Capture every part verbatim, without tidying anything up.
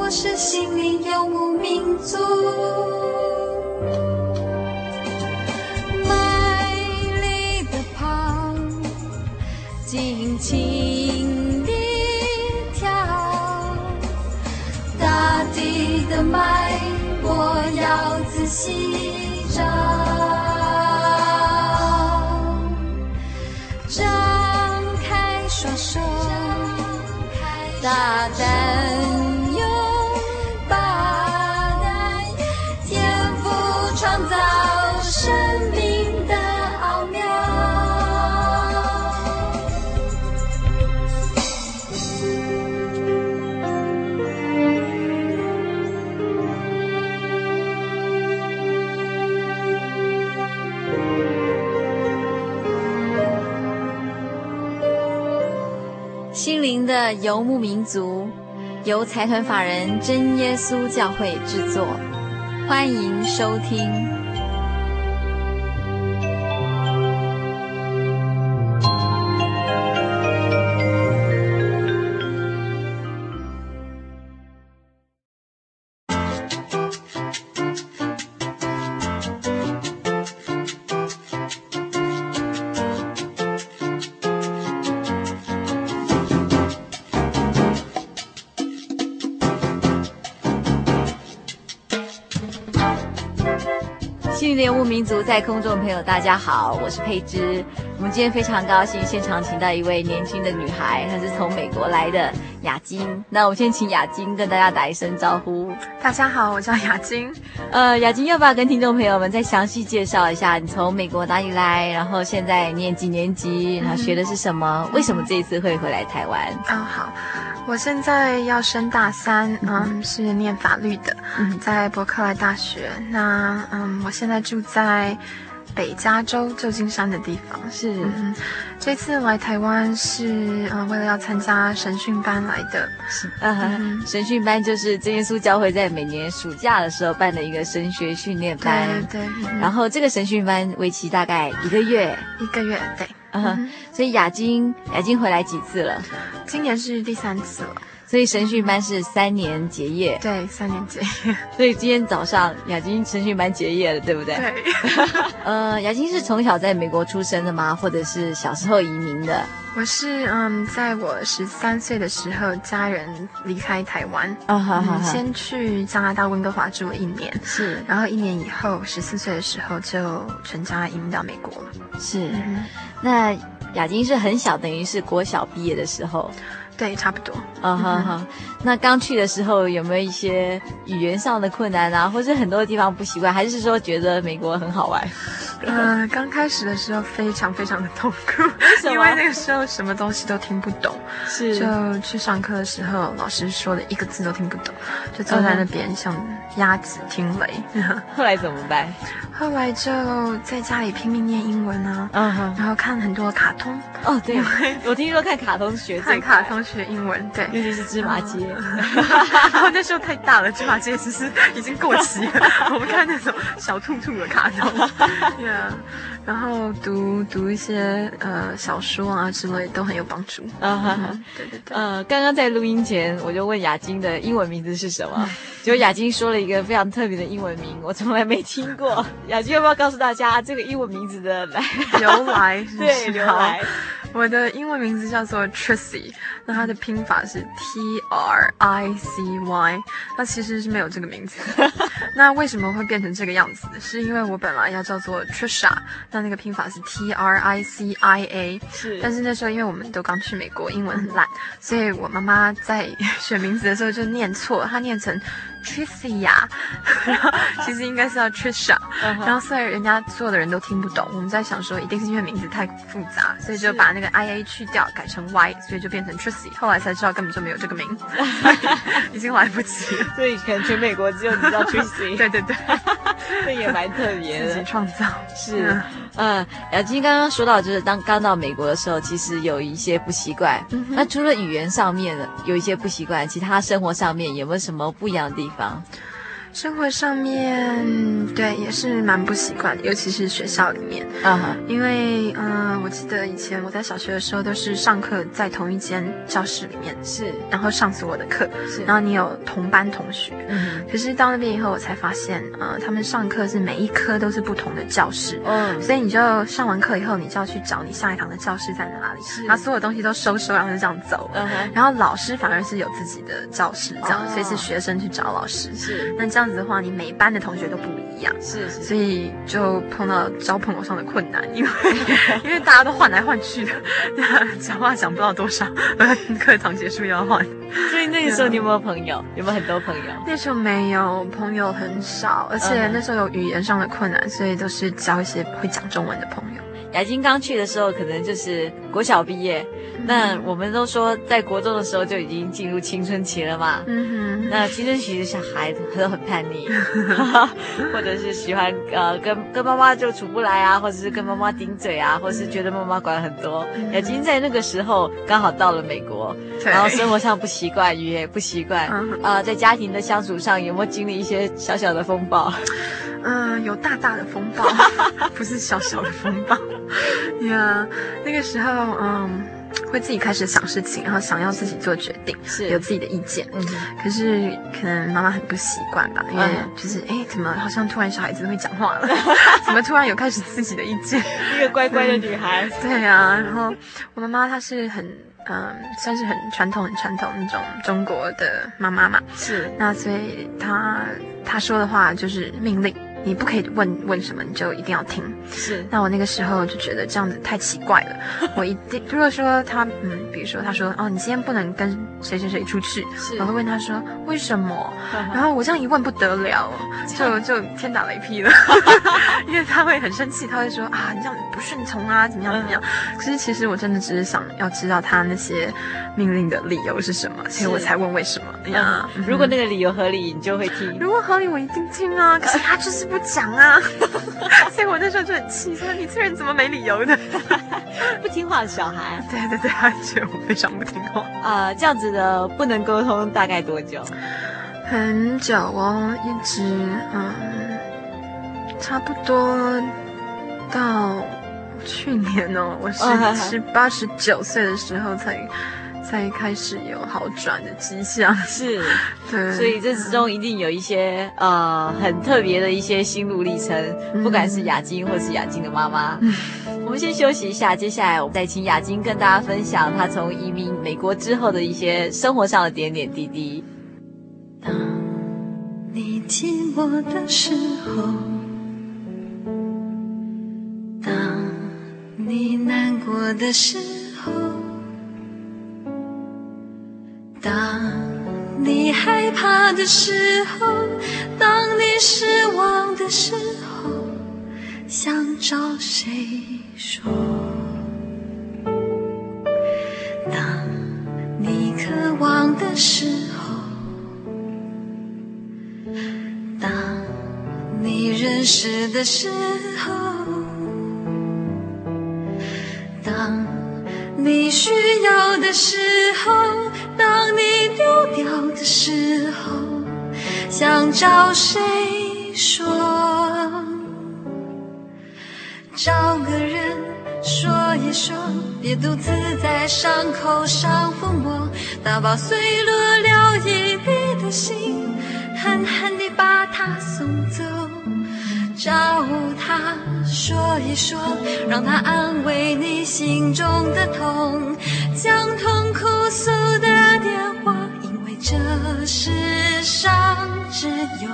我是心灵游牧民族。美丽的跑，尽情地跳，大地的脉我要仔细找，张开双手，大胆拥抱，天赋创造生命的奥妙。心灵的游牧民族，由财团法人真耶稣教会制作，欢迎收听。心灵的游牧民族在空中的朋友大家好，我是佩芝。我们今天非常高兴现场请到一位年轻的女孩，她是从美国来的雅晶。那我们先请雅晶跟大家打一声招呼。 大家好，我叫雅晶。 呃，雅晶要不要跟听众朋友们再详细介绍一下你从美国哪里来，然后现在念几年级，然后学的是什么、嗯、为什么这一次会回来台湾？ 哦，好，我现在要升大三，嗯，嗯是念法律的，嗯，在伯克莱大学。那嗯，我现在住在北加州旧金山的地方。 是， 嗯，这次来台湾是呃为了要参加神训班来的。 是，啊、嗯，神训班就是真耶稣教会在每年暑假的时候办的一个神学训练班。 对对、嗯。 然后这个神训班为期大概一个月。 一个月，对。 嗯，所以雅晶，雅晶回来几次了？ 今年是第三次了。 所以神训班是三年结业。 对，三年结业。 所以今天早上雅晶神训班结业了，对不对？ 对。 呃，雅晶是从小在美国出生的吗？或者是小时候移民的？ 我是嗯，在我十三岁的时候，家人离开台湾， 啊哈哈， 先去加拿大温哥华住了一年， 是， 然后一年以后，十四岁的时候就全家移民到美国了。 是，嗯、那雅晶是很小，等于是国小毕业的时候。 对，差不多。 啊哈哈，那刚去的时候有没有一些语言上的困难啊，或是很多地方不习惯，还是说觉得美国很好玩？ 呃，刚开始的时候非常非常的痛苦，因为那个时候什么东西都听不懂， 是， 就去上课的时候，老师说的一个字都听不懂，就坐在那边像鸭子听雷。 后来怎么办？ 后来就在家里拼命念英文啊，嗯哼，然后看很多卡通。 哦，对，我听说看卡通学看卡通学英文，对， 尤其是芝麻街。 然后那时候太大了，芝麻街其实已经过期了。我们看那种小兔兔的卡通，对啊，然后读读一些呃小说啊之类都很有帮助。啊哈，对对对。 呃，刚刚在录音前我就问雅晶的英文名字是什么，结果雅晶说了一个非常特别的英文名，我从来没听过。雅晶要不要告诉大家这个英文名字的来由来？ 对，由来。 我的英文名字叫做 Tracy， 那它的拼法是 T R I C Y， 那其实是没有这个名字。那为什么会变成这个样子？是因为我本来要叫做 Trisha， 那那个拼法是 T R I C I A， 是。但是那时候因为我们都刚去美国，英文很烂，所以我妈妈在选名字的时候就念错，她念成 Tracy 呀，然后其实应该是要 Trisha， 然后所以人家所有的人都听不懂。我们在想说，一定是因为名字太复杂，所以就把那个 I A 去掉，改成 Y， 所以就变成 Tracy。后来才知道根本就没有这个名，已经来不及了。 所以可能全美国只有你叫 Tracy。 对对对， 这也蛮特别的， 自己创造。 是，呃，雅晶刚刚说到，就是当刚到美国的时候，其实有一些不习惯。嗯、那除了语言上面的有一些不习惯，其他生活上面有没有什么不一样的地方？ 生活上面，对，也是蛮不习惯的，尤其是学校里面。 嗯哼， 因为嗯、呃，我记得以前我在小学的时候都是上课在同一间教室里面， 是， 然后上所有的课， 是， 然后你有同班同学。 嗯， 可是到那边以后，我才发现，呃，他们上课是每一科都是不同的教室， 嗯， 所以你就上完课以后，你就要去找你下一堂的教室在哪里， 是， 然后所有东西都收收，然后就这样走。 嗯哼， 然后老师反而是有自己的教室，这样， 哦所以是学生去找老师。 是， 那这样子的话，你每班的同学都不一样， 是是， 所以就碰到交朋友上的困难，因为因为大家都换来换去的，讲话讲不到多少，课堂结束又要换。 所以那个时候你有没有朋友？有没有很多朋友？ 那时候没有朋友很少，而且那时候有语言上的困难，所以都是交一些会讲中文的朋友。 雅晶刚去的时候，可能就是国小毕业。嗯、那我们都说，在国中的时候就已经进入青春期了嘛。 嗯哼。 那青春期的小孩都很叛逆，或者是喜欢呃跟跟妈妈就处不来啊，或者是跟妈妈顶嘴啊，或者是觉得妈妈管很多。嗯、雅晶在那个时候刚好到了美国，然后生活上不习惯，语言也不习惯。嗯、呃，在家庭的相处上有没有经历一些小小的风暴？ 嗯、呃，有大大的风暴，不是小小的风暴。呀、yeah, 那个时候，嗯，会自己开始想事情，然后想要自己做决定， 是有自己的意见。嗯，可是可能妈妈很不习惯吧，因为就是哎、嗯，怎么好像突然小孩子会讲话了？怎么突然有开始自己的意见？ 一个乖乖的女孩。 嗯、对啊，然后我妈妈她是很。嗯，算是很传统、很传统那种中国的妈妈嘛。 是。 那所以她她说的话就是命令，你不可以问问什么，你就一定要听。 是。 那我那个时候就觉得这样子太奇怪了。我一定如果说她嗯，比如说她说哦，你今天不能跟谁谁谁出去，我会问她说为什么？然后我这样一问不得了，就就天打雷劈了，因为她会很生气，她会说啊，你这样不顺从啊，怎么样怎么样。可是其实我真的只是想要知道她那些命令的理由是什么，所以我才问为什么呀。 嗯、如果那个理由合理，你就会听； 如果合理，我一定听啊。可是她就是不讲啊，所以我那时候就很气，说你这人怎么没理由的？ 不听话的小孩。 对对对，他觉得我非常不听话。 啊、呃，这样子的不能沟通大概多久？ 很久哦，一直嗯，差不多到去年哦，我是十八、十九岁的时候才才开始有好转的迹象。 是， 对， 所以这之中一定有一些呃很特别的一些心路历程，嗯、不管是雅晶或是雅晶的妈妈。嗯、我们先休息一下，接下来我们再请雅晶跟大家分享她从移民美国之后的一些生活上的点点滴滴。 当你寂寞的时候，当你难过的时候，当你害怕的时候，当你失望的时候，想找谁说？当你渴望的时候，当你认识的时候，当你需要的时候，当你丢掉的时候，想找谁说？找个人说一说，别独自在伤口上抚摸，打包碎落了一地的心，狠狠地把它送走。找他说一说，让他安慰你心中的痛，将痛苦诉的电话，因为这世上只有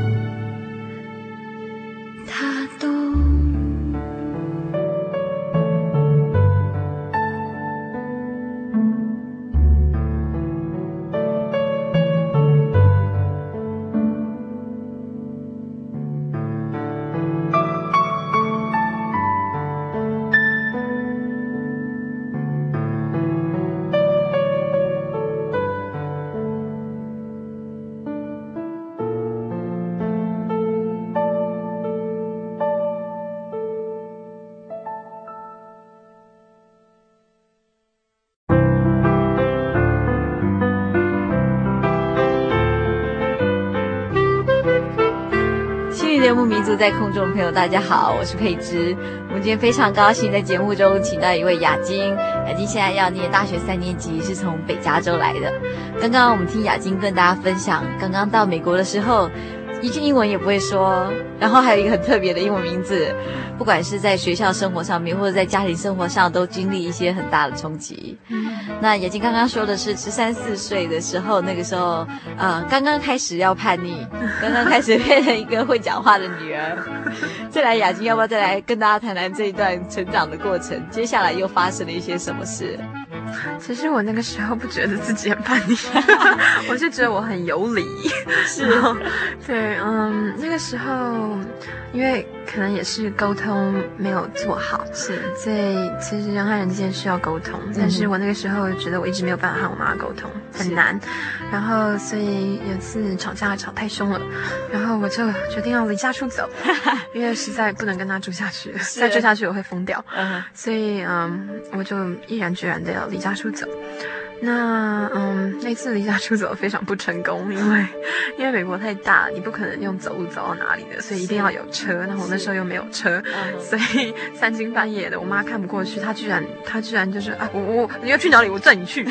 他懂。 天的牧民族在空中的朋友，大家好，我是佩芝。我们今天非常高兴在节目中请到一位雅晶，雅晶现在要念大学三年级，是从北加州来的。刚刚我们听雅晶跟大家分享，刚刚到美国的时候，一句英文也不会说，然后还有一个很特别的英文名字，不管是在学校生活上面，或者在家庭生活上，都经历一些很大的冲击。那雅晶刚刚说的是十三四岁的时候，那个时候呃刚刚开始要叛逆，刚刚开始变成一个会讲话的女儿。再来，雅晶要不要再来跟大家谈谈这一段成长的过程？接下来又发生了一些什么事？ 其实我那个时候不觉得自己很叛逆，我就觉得我很有理。 是， 对，嗯，那个时候因为可能也是沟通没有做好， 是， 所以其实人和人之间需要沟通，嗯、但是我那个时候觉得我一直没有办法和我妈沟通，很难。然后所以有一次吵架吵太凶了，然后我就决定要离家出走，因为实在不能跟她住下去了，再住下去我会疯掉。嗯、所以嗯，我就毅然决然的要离家出走。那嗯，那次离家出走非常不成功，因为因为美国太大，你不可能用走路走到哪里的，所以一定要有车。那我那时候又没有车，所以三更半夜的，我妈看不过去，她居然她居然就是啊，我我你要去哪里，我载你去。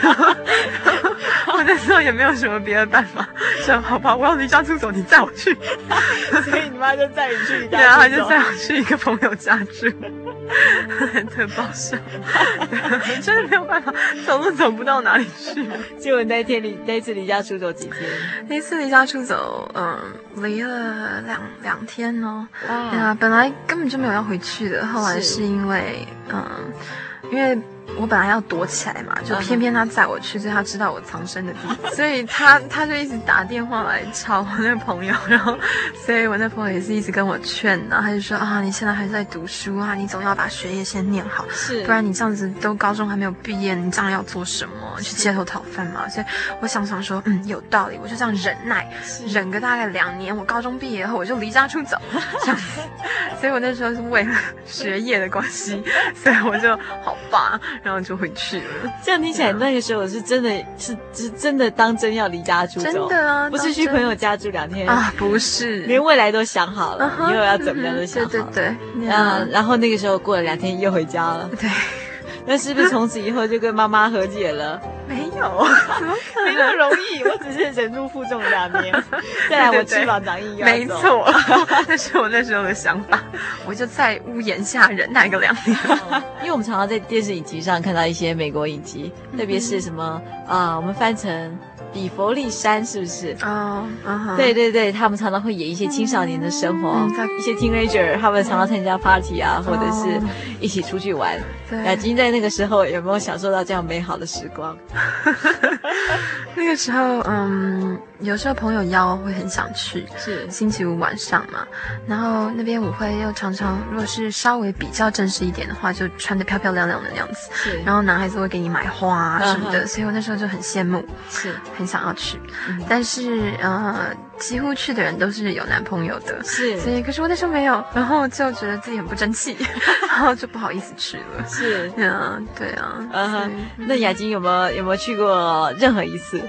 我那时候也没有什么别的办法，说好吧，我要离家出走，你载我去。 所以你妈就载你去离家出走， 对啊，她就载我去一个朋友家住，特爆笑，真的没有办法，走路走不到哪里去。 结果那天离那一次离家出走几天？ 那一次离家出走，嗯，离了两两天哦。啊，本来根本就没有要回去的，后来是因为，嗯，因为我本来要躲起来嘛，就偏偏他载我去，所以他知道我藏身的地方，所以他他就一直打电话来吵我那个朋友，然后，所以我那朋友也是一直跟我劝，然后他就说啊，你现在还在读书啊，你总要把学业先念好，是，不然你这样子都高中还没有毕业，你这样要做什么？去街头讨饭嘛？所以我想想说，嗯，有道理，我就这样忍耐，忍个大概两年，我高中毕业后我就离家出走，这样子，所以我那时候是为了学业的关系，所以我就好吧。然后就回去了。 这样听起来，那个时候我是真的是是真的当真要离家出走， 真的啊， 不是去朋友家住两天啊，不是， 连未来都想好了，以后要怎么样都想好了。 对对对， 啊，然后那个时候过了两天又回家了。 对， 那是不是从此以后就跟妈妈和解了？ 没有，怎么可能？ 没那么容易，我只是忍辱负重两年，再来我翅膀长硬要走。 没错，那是我那时候的想法，我就在屋檐下忍耐个两年。 因为我们常常在电视影集上看到一些美国影集，特别是什么啊、呃，我们翻成比佛利山，是不是？ 哦，嗯， 对对对，他们常常会演一些青少年的生活，嗯、一些 teenager， 他们常常参加 party 啊，或者是一起出去玩。雅晶在那个时候有没有享受到这样美好的时光？ 那个时候，嗯，有时候朋友邀会很想去， 是星期五晚上嘛，然后那边舞会又常常，如果是稍微比较正式一点的话，就穿得漂漂亮亮的那样子，是，然后男孩子会给你买花啊什么的，uh-huh. 所以我那时候就很羡慕， 是， 很想要去，嗯、但是呃，几乎去的人都是有男朋友的， 是， 所以可是我那时候没有，然后就觉得自己很不争气，然后就不好意思去了， 是， 嗯，对啊， 嗯哼，那雅晶有没有有没有去过任何一次？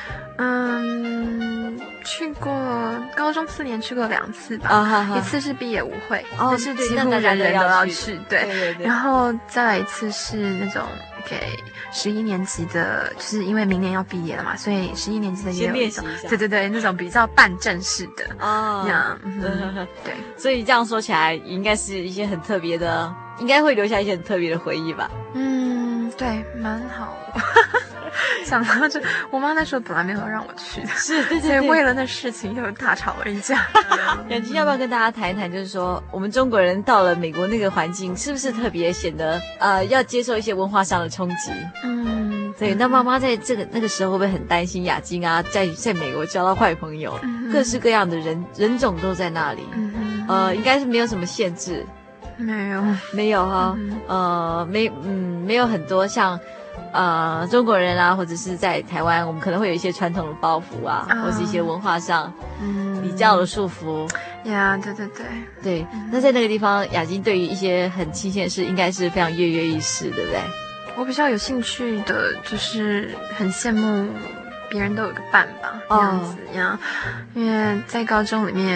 嗯，去过高中四年去过两次吧， 啊、 一次是毕业舞会， 哦， 但是几乎人人都要去，对对对对， 然后再来一次是那种给十一年级的，就是因为明年要毕业了嘛，所以十一年级的也有练习一下， 对对对，那种比较半正式的哦， 这样，嗯、对， 所以这样说起来，应该是一些很特别的，应该会留下一些很特别的回忆吧？ 嗯，对，蛮好。想到这，我妈那时候本来没有让我去的， 是，对对对， 所以为了那事情又大吵了一架。 雅晶要不要跟大家谈一谈，就是说我们中国人到了美国那个环境，是不是特别显得呃要接受一些文化上的冲击？嗯，对。那妈妈在这个那个时候会不会很担心雅晶啊，在在美国交到坏朋友，嗯、各式各样的人人种都在那里，嗯、呃，应该是没有什么限制。 没有， 没有哈、嗯，呃，没，嗯，没有很多像。呃，中国人啊，或者是在台湾，我们可能会有一些传统的包袱啊，啊或是一些文化上嗯比较的束缚。 呀、yeah, ，对对对， 对。嗯、那在那个地方，雅晶对于一些很新鲜的事，应该是非常跃跃欲试，对不对？ 我比较有兴趣的，就是很羡慕别人都有个伴吧，这样子呀。因为在高中里面，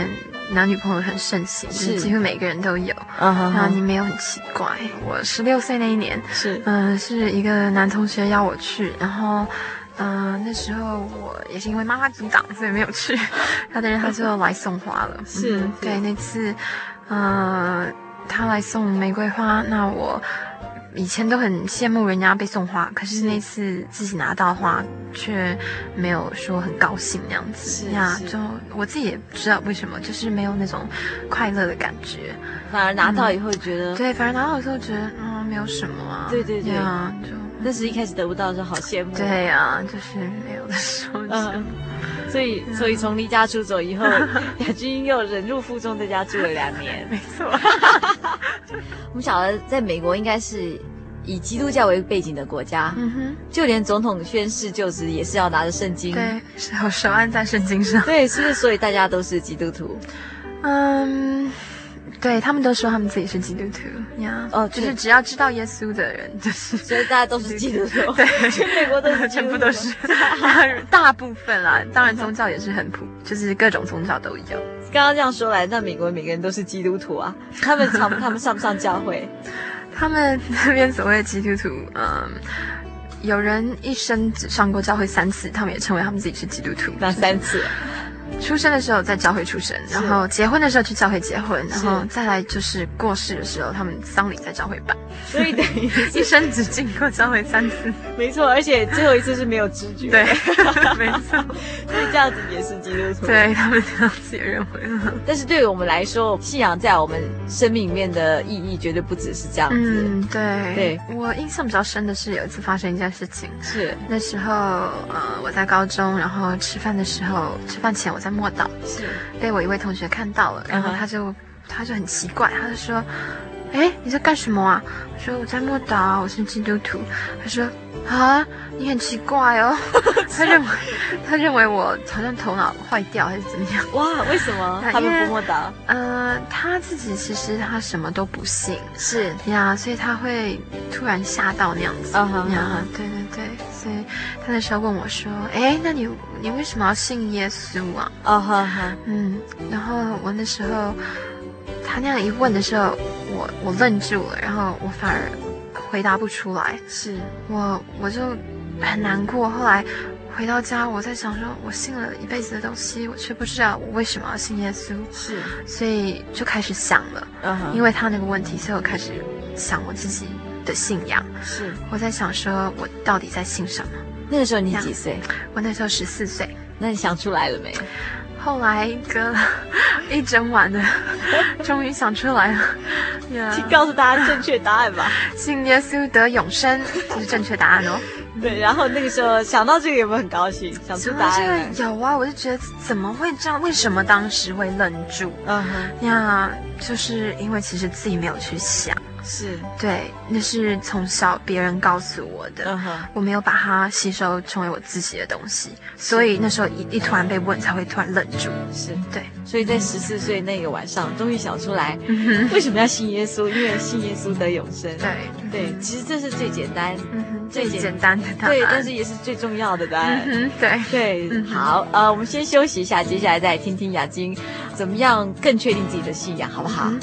男女朋友很盛行，就是几乎每个人都有。 嗯哼， 然后你没有很奇怪。我十六岁那一年， 是嗯、呃，是一个男同学邀我去，然后。嗯、呃，那时候我也是因为妈妈阻挡，所以没有去。然后但是他就来送花了。 是， 嗯、对，那次，呃，他来送玫瑰花，那我以前都很羡慕人家被送花，可是那次自己拿到花却没有说很高兴那样子呀，就我自己也不知道为什么，就是没有那种快乐的感觉， 反而拿到以后觉得、 嗯、对，反而拿到的时候觉得嗯没有什么啊， 对对对呀，就但是一开始得不到的时候好羡慕， 对呀、啊，就是没有的时候就。 嗯所以，所以从离家出走以后，雅君又忍辱负重在家住了两年。 没错。 我们晓得，在美国应该是以基督教为背景的国家， 嗯哼， 就连总统宣誓就职也是要拿着圣经， 对，手手按在圣经上， 对，是不是？所以大家都是基督徒。 嗯。对他们都说他们自己是基督徒呀，哦，就是只要知道耶稣的人，就是所以大家都是基督徒， 对， 全美国都是全部都是，大部分啦，当然宗教也是很普，就是各种宗教都有。 刚刚这样说来，那美国每个人都是基督徒啊，他们常他们上不上教会？ 他们那边所谓的基督徒，嗯。有人一生只上过教会三次，他们也称为他们自己是基督徒。 那三次？ 出生的时候在教会出生，然后结婚的时候去教会结婚，然后再来就是过世的时候，他们丧礼在教会办。 所以等于一生只进过教会三次。 没错，而且最后一次是没有知觉。 对，没错。 所以这样子也是基督徒。 对，他们这样子也认为了。 但是对于我们来说，信仰在我们生命里面的意义绝对不只是这样子。 嗯，对。 对， 我印象比较深的是有一次发生一件事情， 是那时候呃我在高中，然后吃饭的时候，吃饭前我在默祷， 是被我一位同学看到了，然后他就、uh-huh. 他就很奇怪，他就说：“哎，你在干什么啊？”我说：“我在默祷，我是基督徒。”他说：“啊，你很奇怪哦。”他认为他认为我好像头脑坏掉还是怎么样？ 哇，为什么他们不默祷？ 呃，他自己其实他什么都不信， 是呀，所以他会突然吓到那样子。 啊哈， 对对对，所以他那时候问我说：“哎，那你你为什么要信耶稣啊？” 啊哈哈， 嗯，然后我那时候他那样一问的时候，我我愣住了，然后我反而回答不出来， 是我我就很难过。后来回到家，我在想说，我信了一辈子的东西，我却不知道我为什么要信耶稣， 是， 所以就开始想了，嗯、uh-huh. 因为他那个问题，所以我开始想我自己的信仰， 是， 我在想说我到底在信什么。 那个时候你几岁？ 我那时候十四岁。 那你想出来了没？ 后来隔了一整晚的，终于想出来了。 请告诉大家正确答案吧。 信耶稣得永生，这是正确答案哦。 对，然后那个时候想到这个有没有很高兴？想出答案了？ 有啊，我就觉得怎么会这样？为什么当时会愣住？嗯哼，呀，就是因为其实自己没有去想。 是对，那是从小别人告诉我的， uh-huh. 我没有把它吸收成为我自己的东西，所以那时候一一突然被问，才会突然愣住。 是对， 所以在十四岁那个晚上，终于想出来，嗯、为什么要信耶稣？因为信耶稣得永生。 对对，其实这是最简单， 嗯、最简单的答案。 对，但是也是最重要的答案。 嗯、对对、嗯，好，呃，我们先休息一下，接下来再听听雅晶怎么样更确定自己的信仰，好不好？嗯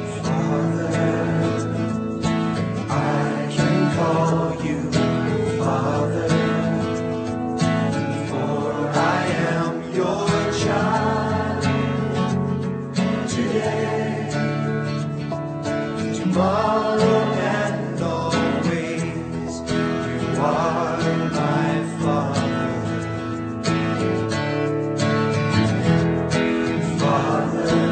call you Father, for I am your child today, tomorrow and always. You are my Father, Father,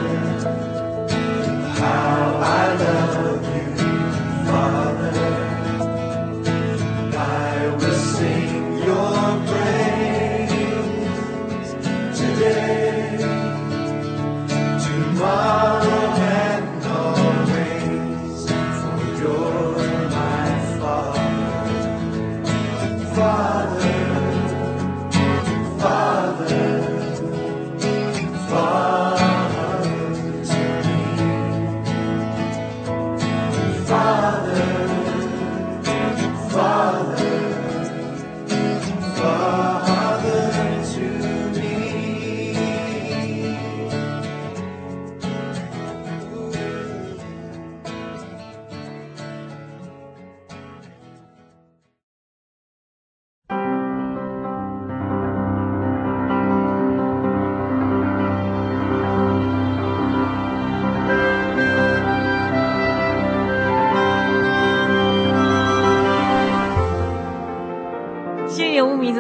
how I love you, Father. Tomorrow and always, for you're my Father, Father, Father, Father to me, Father, Father, Father to me.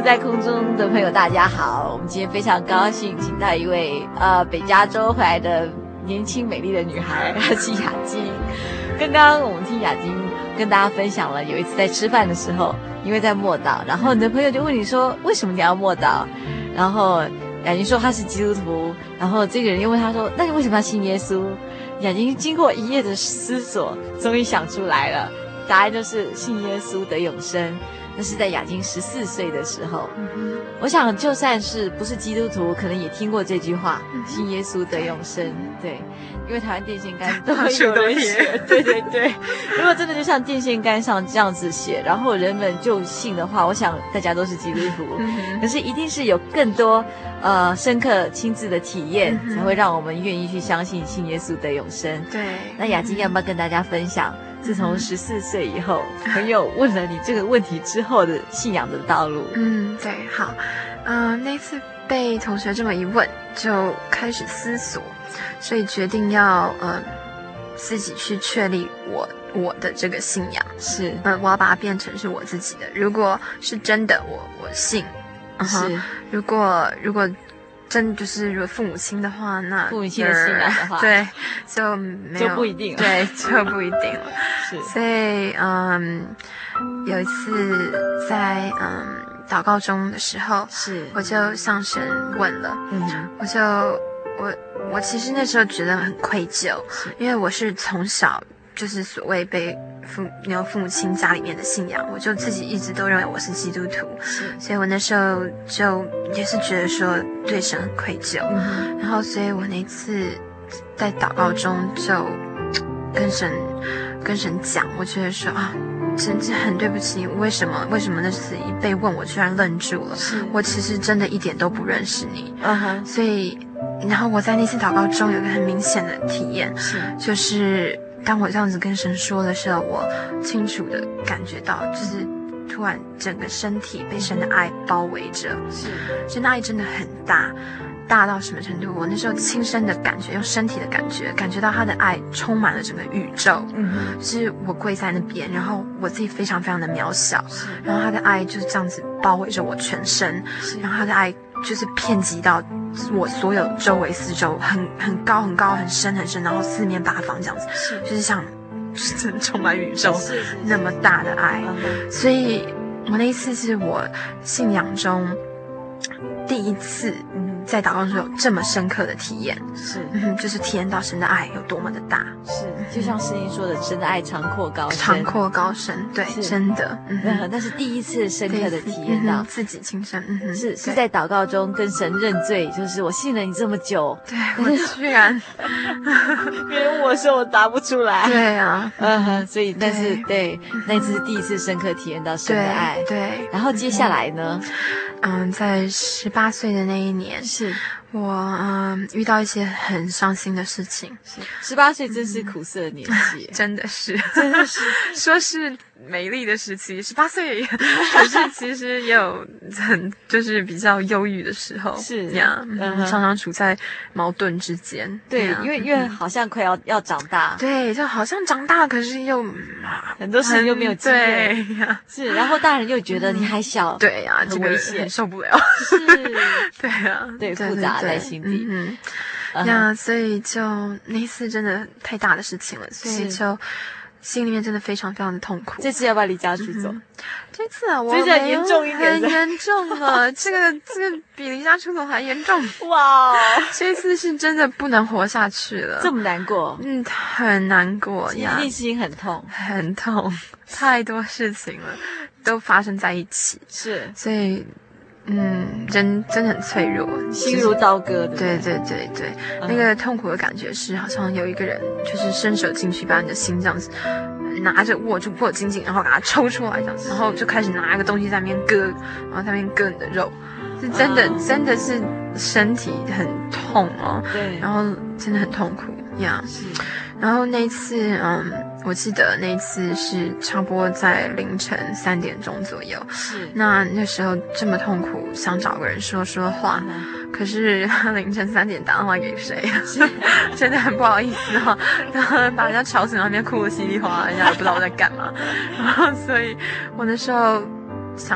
在空中的朋友，大家好！我们今天非常高兴，请到一位呃北加州回来的年轻美丽的女孩，她是雅晶。刚刚我们听雅晶跟大家分享了，有一次在吃饭的时候，因为在默祷，然后你的朋友就问你说，为什么你要默祷？然后雅晶说她是基督徒，然后这个人又问她说，那你为什么要信耶稣？雅晶经过一夜的思索，终于想出来了，答案就是信耶稣得永生。那是在雅晶十四岁的时候，嗯、我想就算是不是基督徒，可能也听过这句话，嗯、信耶稣得永生。对，因为台湾电线杆都会有人写，对对对。如果真的就像电线杆上这样子写，然后人们就信的话，我想大家都是基督徒。嗯、可是一定是有更多呃深刻亲自的体验，嗯、才会让我们愿意去相信信耶稣得永生。 对， 那雅晶要不要跟大家分享？自从十四岁以后，朋友问了你这个问题之后的信仰的道路。 嗯，对，好，嗯、呃，那次被同学这么一问，就开始思索，所以决定要呃自己去确立我我的这个信仰， 是， 嗯、呃，我要把它变成是我自己的。如果是真的，我我信，嗯、 是， 如果如果。真就是如果父母亲的话，那父母亲的信仰的话， 对，就没有就不一定了， 对，就不一定了。 是， 所以嗯，有一次在嗯祷告中的时候， 是， 我就向神问了， 嗯， 我就我我其实那时候觉得很愧疚，因为我是从小就是所谓被父没有父母亲家里面的信仰，我就自己一直都认为我是基督徒，所以我那时候就也是觉得说对神很愧疚，嗯、然后所以我那次在祷告中就跟神跟神讲，我觉得说啊，真是很对不起，为什么为什么那次一被问我居然愣住了，我其实真的一点都不认识你，嗯哼，所以然后我在那次祷告中有个很明显的体验，是就是当我这样子跟神说的时候，我清楚的感觉到，就是突然整个身体被神的爱包围着，是神的爱真的很大，大到什么程度？我那时候亲身的感觉，用身体的感觉，感觉到他的爱充满了整个宇宙。嗯哼，就是我跪在那边，然后我自己非常非常的渺小，然后他的爱就是这样子包围着我全身，然后他的爱就是遍及到我所有周围四周，很很高很高很深很深，然后四面八方这样子，是就是像真的充满宇宙那么大的爱。所以我那一次是我信仰中第一次在祷告中有这么深刻的体验，是、嗯、就是体验到神的爱有多么的大， 是就像圣经说的，神的爱长阔高深， 长阔高深，对，真的， 嗯，那是第一次深刻的体验到、 嗯、自己亲身，嗯哼， 是是在祷告中跟神认罪，就是我信了你这么久， 对我居然， 别人我说我答不出来， 对啊， 嗯哼，所以那是 对, 对，那次是第一次深刻体验到神的爱， 对，对然后接下来呢？ 嗯，在十八岁的那一年，是我嗯遇到一些很伤心的事情。 是十八岁真是苦涩的年纪， 真的是， 真的是， 说是美丽的时期，十八岁，可是其实也有很就是比较忧郁的时候，是呀，嗯、常常处在矛盾之间。 对，因为因为好像快要要长大， 对，就好像长大，可是又很多事情又没有经验， 对呀， 是，然后大人又觉得你还小， 嗯、对呀， 很危险， 受不了， 是， 对呀， 对，复杂在心底， 嗯。那、uh-huh. 所以就那一次真的太大的事情了，所以就心里面真的非常非常的痛苦。 这次要不要离家出走？嗯、 这次啊，我这次很严重一点， 很严重了。这个这个比离家出走还严重。 哇、wow ， 这次是真的不能活下去了， 这么难过？ 嗯，很难过呀， 内心很痛， 很痛，太多事情了，都发生在一起， 是， 所以。嗯，人真的很脆弱， 心如刀割的。 对对对对，嗯、那个痛苦的感觉是，好像有一个人就是伸手进去，把你的心这样子拿着握住，握紧紧，然后把它抽出来这样子，然后就开始拿一个东西在那边割，然后在那边割你的肉，是真的、嗯、真的是身体很痛哦。对，然后真的很痛苦呀。是，然后那一次，嗯。我记得那次是差不多在凌晨三点钟左右，是那那时候这么痛苦，想找个人说说话，嗯、可是凌晨三点打电话给谁？真的很不好意思哈、哦，然后把人家吵醒，那边哭得稀里哗啦，人家也不知道我在干嘛。然后所以我那时候想，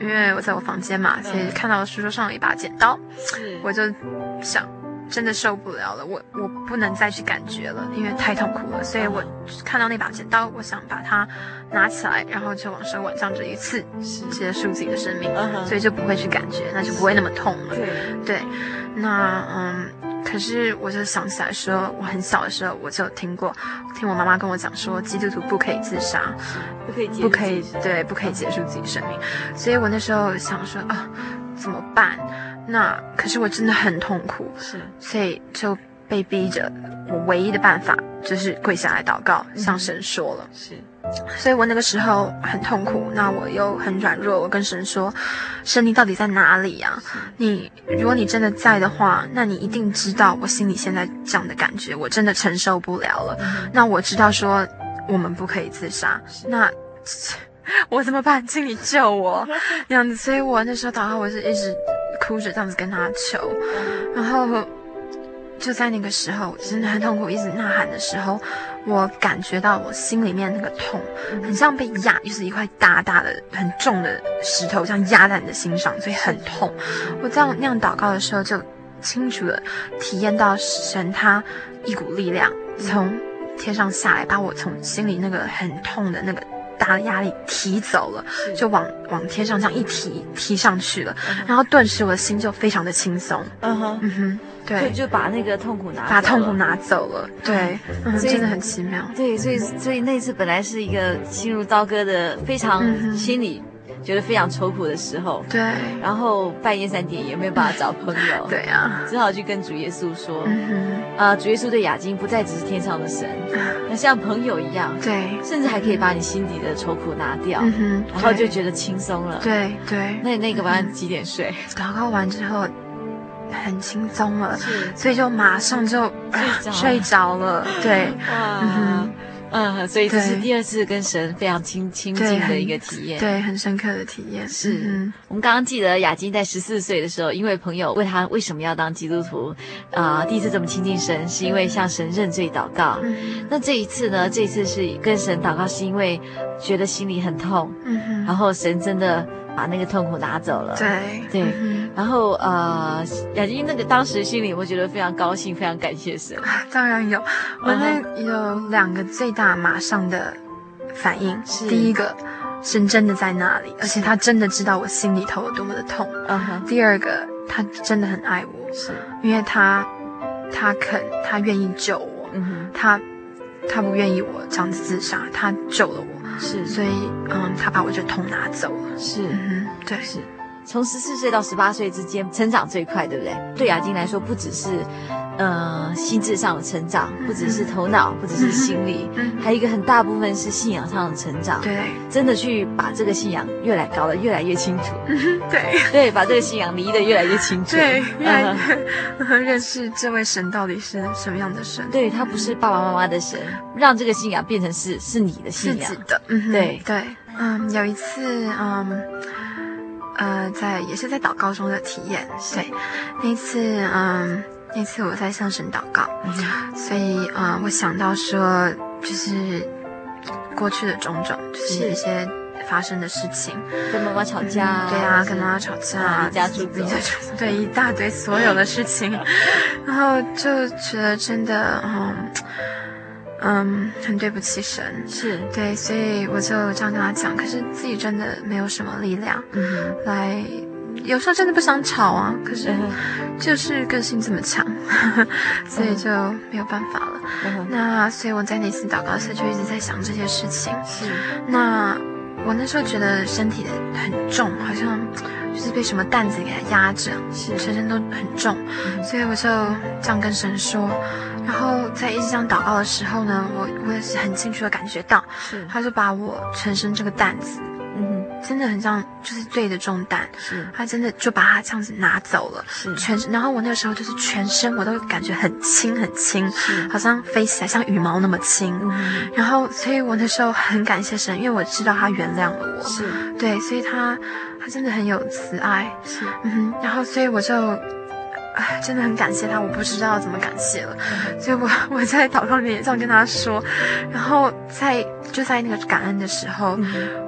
因为我在我房间嘛，所以看到书桌上有一把剪刀， 是我就想。真的受不了了，我我不能再去感觉了，因为太痛苦了，所以我看到那把剪刀，我想把它拿起来，然后就往手腕上这一刺，结束自己的生命， 嗯所以就不会去感觉，那就不会那么痛了。 对对，那嗯，可是我就想起来说，我很小的时候我就听过，听我妈妈跟我讲说，基督徒不可以自杀， 不可以结束不可以自己对，不可以结束自己生命，所以我那时候想说啊，怎么办？那可是我真的很痛苦， 是， 所以就被逼着，我唯一的办法就是跪下来祷告，向神说了。 是， 所以我那个时候很痛苦，那我又很软弱，我跟神说：“神，你到底在哪里呀？你如果你真的在的话，那你一定知道我心里现在这样的感觉，我真的承受不了了。那我知道说我们不可以自杀，那。”我怎么办？请你救我，这样子。所以我那时候祷告，我是一直哭着这样子跟他求，然后就在那个时候，真的很痛苦，一直呐喊的时候，我感觉到我心里面那个痛，很像被压，就是一块大大的、很重的石头，这样压在你的心上，所以很痛。我这样那样祷告的时候，就清楚的体验到神他一股力量从天上下来，把我从心里那个很痛的那个。大的压力提走了，就往往天上这样一提提上去了，嗯、然后顿时我的心就非常的轻松。嗯哼，嗯哼，对， 所以就把那个痛苦拿走了， 把痛苦拿走了，对，嗯、真的很奇妙。 对，所以所以那次本来是一个心如刀割的，非常心里。觉得非常愁苦的时候， 对， 然后半夜三点也没有办法找朋友， 对啊， 只好去跟主耶稣说， 嗯哼， 呃，主耶稣对雅金不再只是天上的神，那像朋友一样， 对， 甚至还可以把你心底的愁苦拿掉， 嗯哼， 然后就觉得轻松了， 对对。 那你那个晚上几点睡？ 祷告完之后很轻松了，所以就马上就睡着、呃、睡着了，对， 哇。嗯哼嗯，所以这是第二次跟神非常亲亲近的一个体验， 对，很深刻的体验。 是， 嗯、 我们刚刚记得雅金在十四岁的时候，因为朋友问他为什么要当基督徒，啊、呃，第一次这么亲近神，是因为向神认罪祷告。嗯、那这一次呢？这一次是跟神祷告，是因为觉得心里很痛，嗯哼，然后神真的把那个痛苦拿走了。 对对，嗯、然后呃，雅金那个当时心里我觉得非常高兴，非常感谢神。 当然有，我那有两个最大。马上的反应是第一个，神真的在那里，而且他真的知道我心里头有多么的痛。Uh-huh. 第二个，他真的很爱我，是因为他他肯，他愿意救我，嗯、他他不愿意我这样子自杀，他救了我，是，所以嗯，他把我这痛拿走了，是，嗯，对，是。 从十四岁到十八岁之间，成长最快，对不对？对雅金来说，不只是，呃，心智上的成长，不只是头脑，不只是心理，嗯、还有一个很大部分是信仰上的成长。 对， 真的去把这个信仰越来搞得越来越清楚。 嗯、对， 对，把这个信仰离得越来越清楚。 对，越来越、嗯、认识这位神到底是什么样的神。 对，他不是爸爸妈妈的神，让这个信仰变成是是你的信仰。 自己的。嗯、 对对，嗯，有一次，嗯。呃，在也是在祷告中的体验，对，那次，嗯，那次我在向神祷告，嗯、所以，嗯，我想到说，就是过去的种种，就是一些发生的事情， 跟妈妈吵架、 嗯，对啊，跟妈妈吵架， 离家出走， 对，一大堆所有的事情，然后就觉得真的，嗯。嗯，很对不起神， 是对，所以我就这样跟他讲。可是自己真的没有什么力量，嗯，来，有时候真的不想吵啊，可是就是个性这么强，嗯、所以就没有办法了。嗯、那所以我在那次祷告时就一直在想这些事情。是，那我那时候觉得身体很重，好像就是被什么担子给它压着，是全身都很重，嗯、所以我就这样跟神说。然后在一直这样祷告的时候呢，我我也是很清楚的感觉到，是他就把我全身这个担子，嗯，真的很像就是对的重担，是他真的就把它这样子拿走了，是全身。然后我那个时候就是全身我都感觉很轻很轻，是好像飞起来像羽毛那么轻。嗯，然后所以我那时候很感谢神，因为我知道他原谅了我，是对，所以他他真的很有慈爱，是嗯，然后所以我就。哎，真的很感谢他，我不知道怎么感谢了，嗯、所以我我在祷告里面也这样跟他说，然后在就在那个感恩的时候，嗯、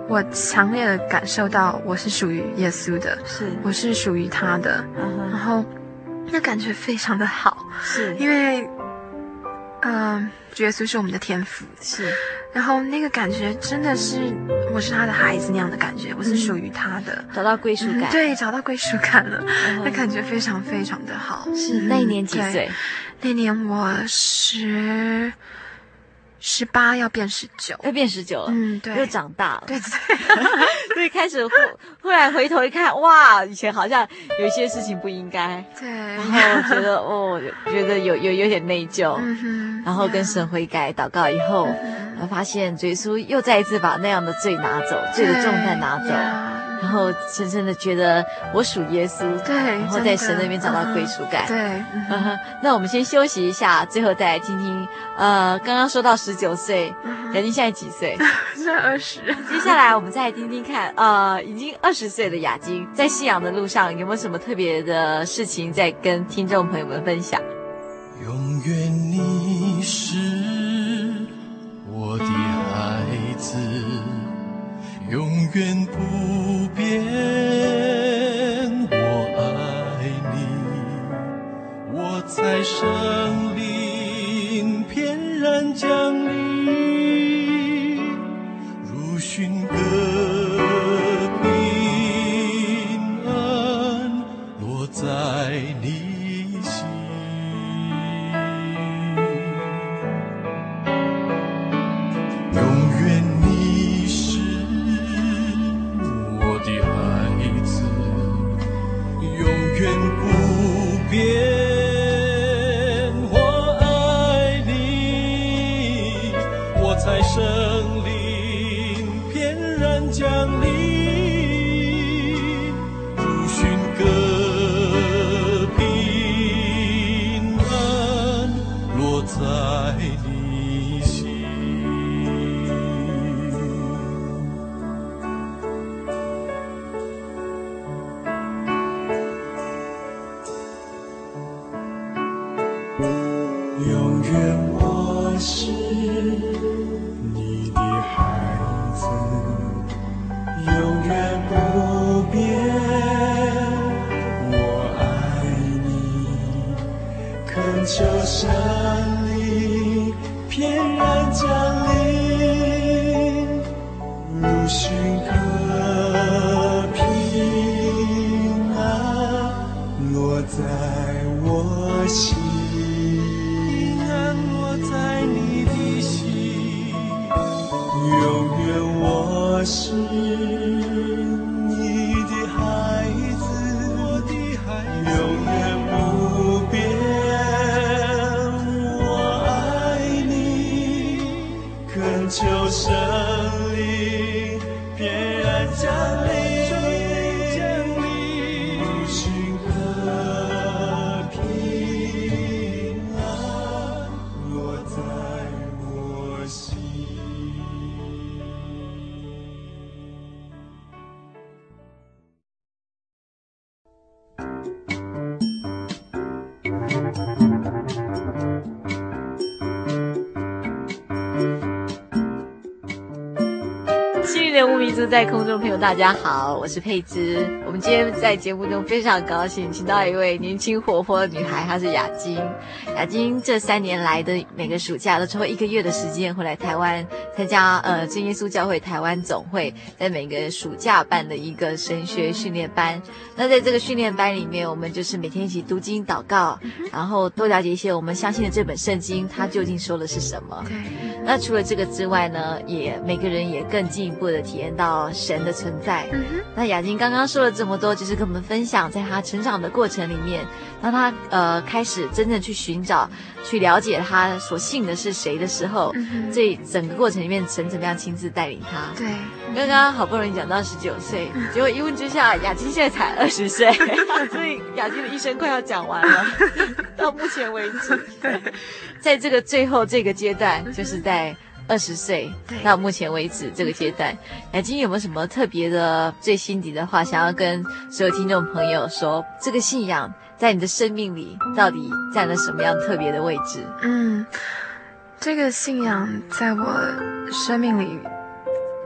我强烈的感受到我是属于耶稣的， 是， 我是属于他的， 嗯哼， 然后那感觉非常的好， 是， 因为，嗯、呃，主耶稣是我们的天父， 是， 然后那个感觉真的是我是他的孩子那样的感觉，我是属于他的， 找到归属感， 嗯、对，找到归属感了， 嗯哼那感觉非常非常的好。 是，那一年几对岁？ 那年我十十八要变十九， 要变十九了， 嗯，对， 又长大了， 对对对， 所以开始忽忽然回头一看，哇，以前好像有一些事情不应该， 对， 然后觉得哦，觉得有有有点内疚， 嗯哼， 然后跟神悔改祷告以后， 嗯呃发现主耶稣又再一次把那样的罪拿走，罪的重担拿走，然后深深的觉得我属耶稣， 对， 然后在神那边找到归属感。 对，嗯嗯哼，那我们先休息一下，最后再来听听。呃，刚刚说到十九岁，雅晶现在几岁？ 现在二十。 接下来我们再来听听看，呃，已经二十岁的雅晶在信仰的路上有没有什么特别的事情在跟听众朋友们分享？ 永远你是我的孩子，永远不变，我爱你，我在生灵翩然降临，如寻歌平安落在你心。永远你是我的孩子，永远不变，我爱你，我在生灵翩然降临，如寻歌平安落在你心。永远我是你的孩子，永远不变，我爱你，恳求神灵翩然降临，如寻歌平安落在我心。在你的心，永远我是你的孩子，我的孩子，永远不变，我爱你，恳求神灵翩然降临，如寻歌平安落在我心。 幸运的无迷族在空中朋友大家好，我是佩芝。我们今天在节目中非常高兴请到一位年轻活泼的女孩，她是雅晶。雅晶这三年来的每个暑假都超过一个月的时间会来台湾参加呃真耶稣教会台湾总会在每个暑假办的一个神学训练班。那在这个训练班里面，我们就是每天一起读经祷告，然后多了解一些我们相信的这本圣经它究竟说的是什么。 对， 那除了这个之外呢，也每个人也更进一步的体验到神的存在。 嗯哼， 那雅晶刚刚说了这么多，就是跟我们分享在她成长的过程里面，当她呃开始真正去寻找、去了解她所信的是谁的时候， 嗯哼， 这整个过程里面神怎么样亲自带领她。 对， 刚刚好不容易讲到十九岁，结果一问之下，雅晶现在才二十岁，所以雅晶的一生快要讲完了。到目前为止，对，在这个最后这个阶段，就是在二十岁到目前为止这个阶段，雅晶有没有什么特别的、最心底的话，想要跟所有听众朋友说？这个信仰在你的生命里到底占了什么样特别的位置？ 嗯，这个信仰在我生命里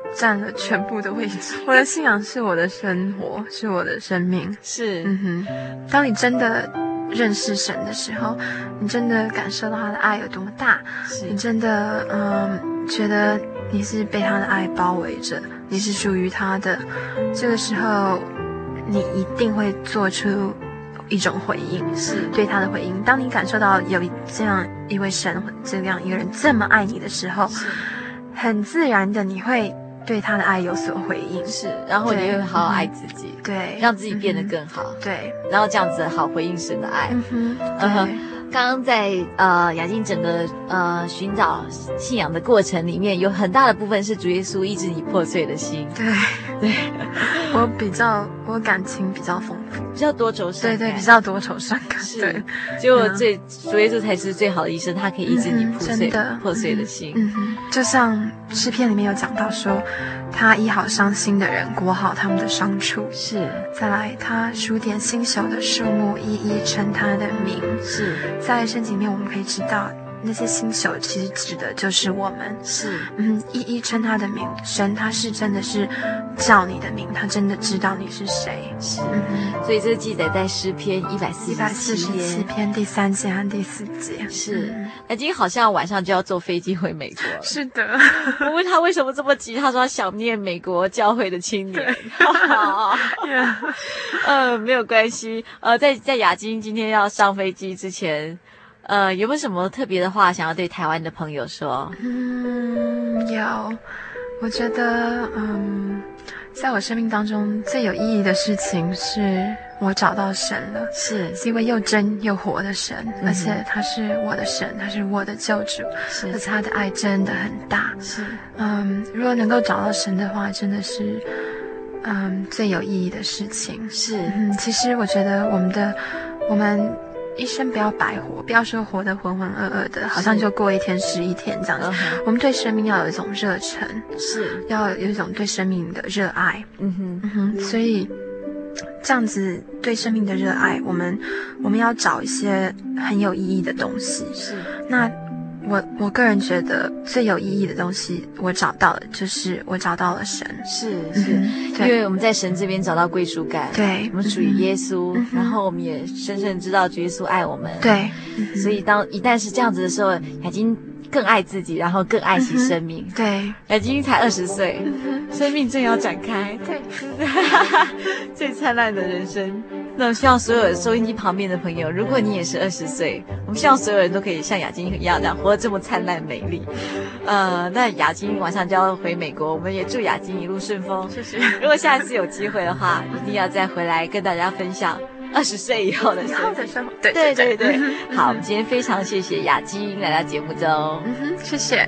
占了全部的位置。我的信仰是我的生活，是我的生命。 是， 嗯哼，当你真的认识神的时候，你真的感受到他的爱有多么大，你真的嗯觉得你是被他的爱包围着，你是属于他的，这个时候你一定会做出一种回应，是对他的回应。当你感受到有这样一位神，这样一个人这么爱你的时候，很自然的你会对他的爱有所回应， 是，然后你会好好爱自己， 对， 让自己变得更好， 嗯、对， 然后这样子好回应神的爱。 嗯哼， 嗯哼。刚刚在呃雅静整个呃寻找信仰的过程里面，有很大的部分是主耶稣医治你破碎的心。 对对， 我比较我感情比较丰富， 比较多愁善感。 对对，比较多愁善感。 是， 对， 结果最主耶稣才是最好的医生，他可以医治你破碎、 嗯、 破碎的心。 嗯哼，就像诗篇里面有讲到说，他医好伤心的人，裹好他们的伤处。 是， 再来，他数点星宿的数目，一一称他的名。 是。 在圣经里面，我们可以知道，那些星宿其实指的就是我们。 是， 嗯，一一称他的名，神他是真的是叫你的名，他真的知道你是谁。 是，嗯、所以这记载在诗篇一百四十七篇第三节和第四节。 是，那、嗯、今天好像晚上就要坐飞机回美国了。 是的， 我问他为什么这么急，他说他想念美国教会的青年。好，呃，没有关系。呃，在在雅晶今天要上飞机之前，呃，有没有什么特别的话想要对台湾的朋友说？ 嗯，有。我觉得，嗯，在我生命当中最有意义的事情是我找到神了， 是是一位又真又活的神，嗯、而且他是我的神，他是我的救主， 是， 而且他的爱真的很大。 是， 嗯，如果能够找到神的话，真的是，嗯，最有意义的事情。 是， 嗯，其实我觉得我们的，我们。一生不要白活，不要说活得浑浑噩噩的，好像就过一天是一天这样子。Uh-huh. 我们对生命要有一种热忱， 是要有一种对生命的热爱。 嗯哼， 嗯哼，所以这样子对生命的热爱，我们我们要找一些很有意义的东西。 是， 那我我个人觉得最有意义的东西，我找到了，就是我找到了神。 是是、嗯，因为我们在神这边找到归属感。 对， 我们属于耶稣、嗯，然后我们也深深知道主耶稣爱我们。 对， 所以当一旦是这样子的时候，雅晶更爱自己，然后更爱惜生命。 嗯、对， 雅晶才二十岁，生命正要展开。 对， 最灿烂的人生。那我希望所有收音机旁边的朋友，如果你也是二十岁，我们希望所有人都可以像雅晶一样这样活得这么灿烂美丽。呃，那雅晶晚上就要回美国，我们也祝雅晶一路顺风。 谢谢。 如果下一次有机会的话，一定要再回来跟大家分享二十岁以后的生活。对对对对。好，我们今天非常谢谢雅晶来到节目中。 嗯哼，谢谢。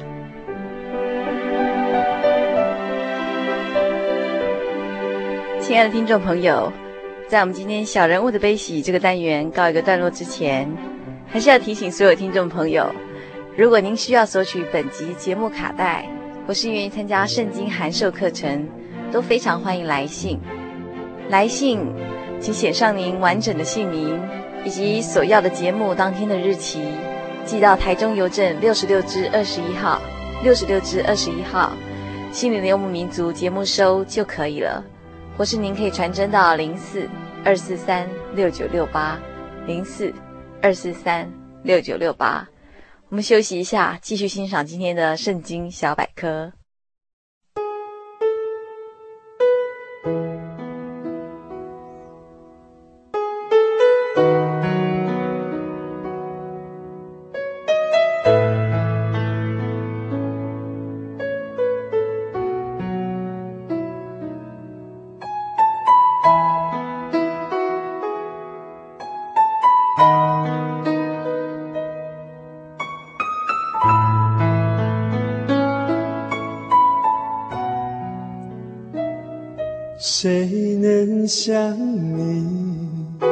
亲爱的听众朋友，在我们今天小人物的悲喜这个单元告一个段落之前，还是要提醒所有听众朋友，如果您需要索取本集节目卡带，或是愿意参加圣经函授课程，都非常欢迎来信。来信请写上您完整的姓名以及所要的节目当天的日期，寄到台中邮政六十六支二十一号六十六支二十一号心灵的游牧民族节目收就可以了，或是您可以传真到零四二四三六九六八零四二四三六九六八。我们休息一下，继续欣赏今天的圣经小百科。 谁能像你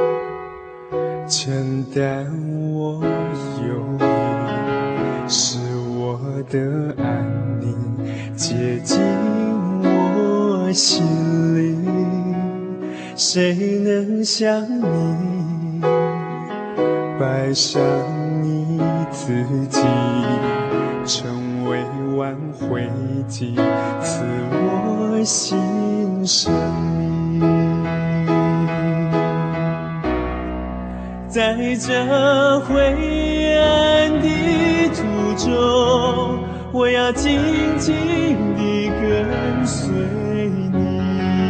承担我忧虑，使我的安宁接近我心里？谁能像你摆上你自己，成为挽回几次我心生命。在这灰暗的途中，我要紧紧地跟随你。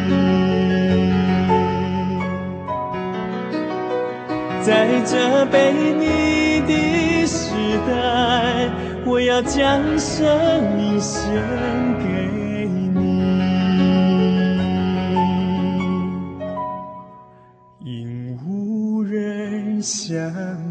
在这悖逆的时代，我要将生命献给你。因无人相